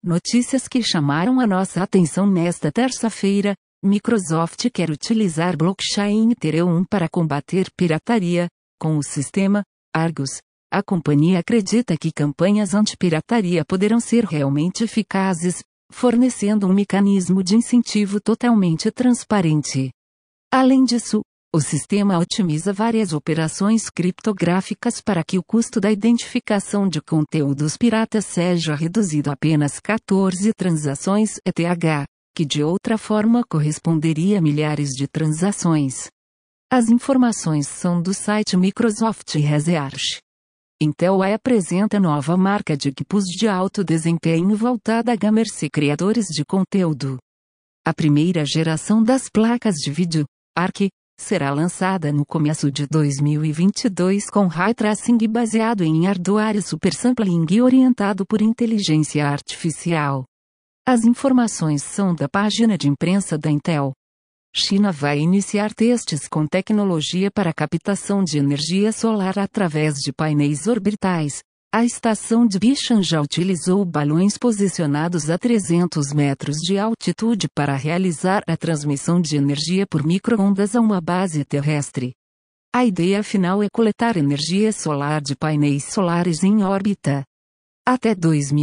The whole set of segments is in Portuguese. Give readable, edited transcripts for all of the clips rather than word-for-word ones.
Notícias que chamaram a nossa atenção nesta terça-feira. Microsoft quer utilizar blockchain Ethereum para combater pirataria. Com o sistema Argus, a companhia acredita que campanhas anti-pirataria poderão ser realmente eficazes, fornecendo um mecanismo de incentivo totalmente transparente. Além disso, o sistema otimiza várias operações criptográficas para que o custo da identificação de conteúdos piratas seja reduzido a apenas 14 transações ETH, que de outra forma corresponderia a milhares de transações. As informações são do site Microsoft Research. Intel apresenta nova marca de equipos de alto desempenho voltada a gamers e criadores de conteúdo. A primeira geração das placas de vídeo, ARC, será lançada no começo de 2022 com ray tracing baseado em hardware supersampling e orientado por inteligência artificial. As informações são da página de imprensa da Intel. China vai iniciar testes com tecnologia para captação de energia solar através de painéis orbitais. A estação de Bishan já utilizou balões posicionados a 300 metros de altitude para realizar a transmissão de energia por micro-ondas a uma base terrestre. A ideia final é coletar energia solar de painéis solares em órbita. Até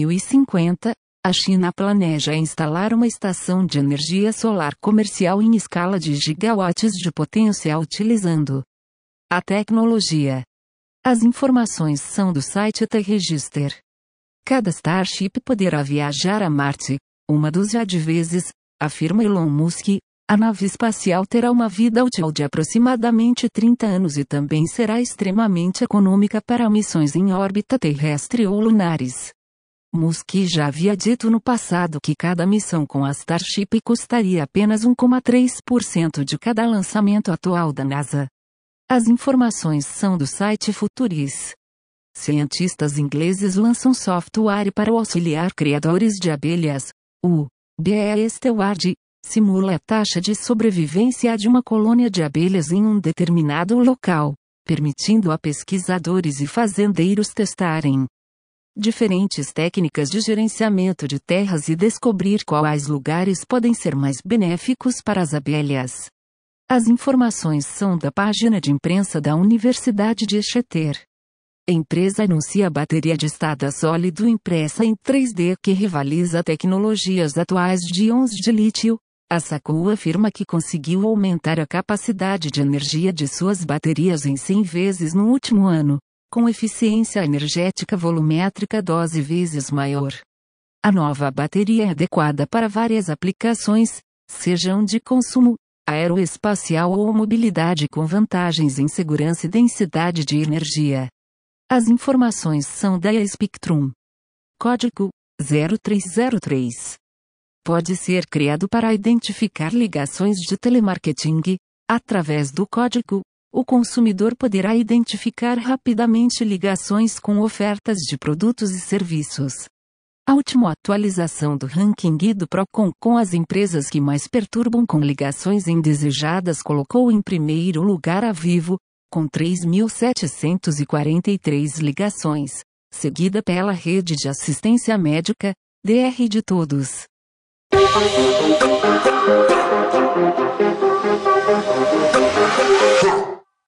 2050, a China planeja instalar uma estação de energia solar comercial em escala de gigawatts de potência utilizando a tecnologia. As informações são do site The Register. Cada Starship poderá viajar a Marte, uma dúzia de vezes, afirma Elon Musk. A nave espacial terá uma vida útil de aproximadamente 30 anos e também será extremamente econômica para missões em órbita terrestre ou lunares. Musk já havia dito no passado que cada missão com a Starship custaria apenas 1,3% de cada lançamento atual da NASA. As informações são do site Futuris. Cientistas ingleses lançam software para auxiliar criadores de abelhas. O Bee Steward simula a taxa de sobrevivência de uma colônia de abelhas em um determinado local, permitindo a pesquisadores e fazendeiros testarem diferentes técnicas de gerenciamento de terras e descobrir quais lugares podem ser mais benéficos para as abelhas. As informações são da página de imprensa da Universidade de Exeter. A empresa anuncia a bateria de estado sólido impressa em 3D que rivaliza tecnologias atuais de íons de lítio. A SACU afirma que conseguiu aumentar a capacidade de energia de suas baterias em 100 vezes no último ano, com eficiência energética volumétrica 12 vezes maior. A nova bateria é adequada para várias aplicações, sejam de consumo, aeroespacial ou mobilidade com vantagens em segurança e densidade de energia. As informações são da Spectrum. Código 0303. Pode ser criado para identificar ligações de telemarketing. Através do código, o consumidor poderá identificar rapidamente ligações com ofertas de produtos e serviços. A última atualização do ranking do Procon com as empresas que mais perturbam com ligações indesejadas colocou em primeiro lugar a Vivo, com 3.743 ligações, seguida pela rede de assistência médica, DR de Todos.